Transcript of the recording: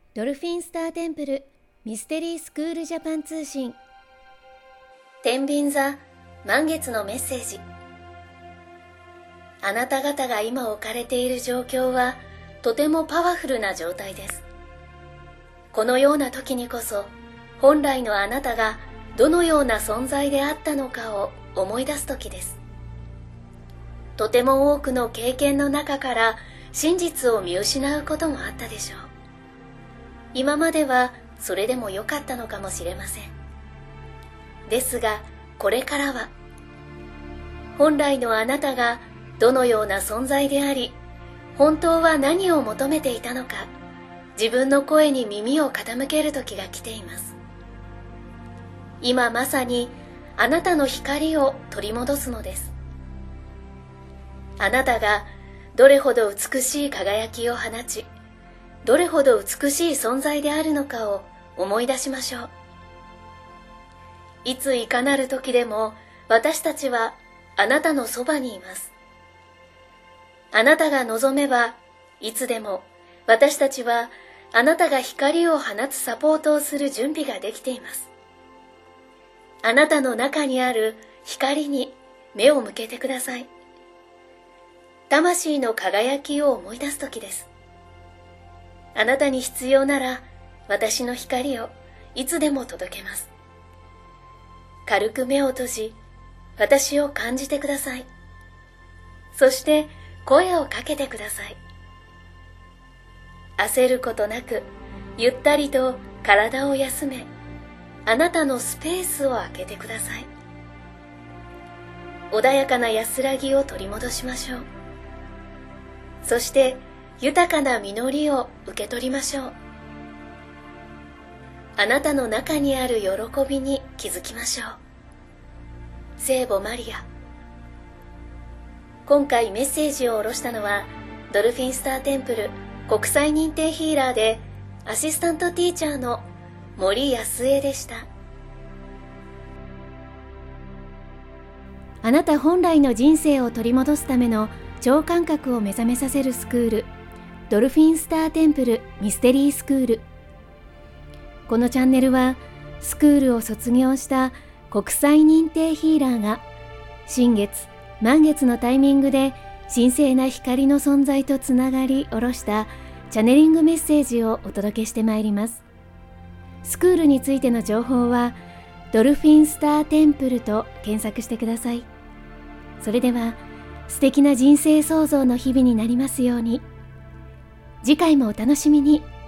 ドルフィンスターテンプルミステリースクールジャパン通信天秤座満月のメッセージ。あなた方が今置かれている状況はとてもパワフルな状態です。このような時にこそ本来のあなたがどのような存在であったのかを思い出す時です。とても多くの経験の中から真実を見失うこともあったでしょう。今まではそれでも良かったのかもしれません。ですがこれからは本来のあなたがどのような存在であり、本当は何を求めていたのか、自分の声に耳を傾ける時が来ています。今まさにあなたの光を取り戻すのです。あなたがどれほど美しい輝きを放ち、どれほど美しい存在であるのかを思い出しましょう。いついかなる時でも私たちはあなたのそばにいます。あなたが望めばいつでも私たちはあなたが光を放つサポートをする準備ができています。あなたの中にある光に目を向けてください。魂の輝きを思い出す時です。あなたに必要なら私の光をいつでも届けます。軽く目を閉じ、私を感じてください。そして声をかけてください。焦ることなく、ゆったりと体を休め、あなたのスペースを空けてください。穏やかな安らぎを取り戻しましょう。そして豊かな実りを受け取りましょう。あなたの中にある喜びに気づきましょう。聖母マリア。今回メッセージを下ろしたのはドルフィンスターテンプル国際認定ヒーラーでアシスタントティーチャーの森安江でした。あなた本来の人生を取り戻すための超感覚を目覚めさせるスクール、ドルフィンスターテンプルミステリースクール。このチャンネルはスクールを卒業した国際認定ヒーラーが新月満月のタイミングで神聖な光の存在とつながり下ろしたチャネリングメッセージをお届けしてまいります。スクールについての情報はドルフィンスターテンプルと検索してください。それでは素敵な人生創造の日々になりますように。次回もお楽しみに。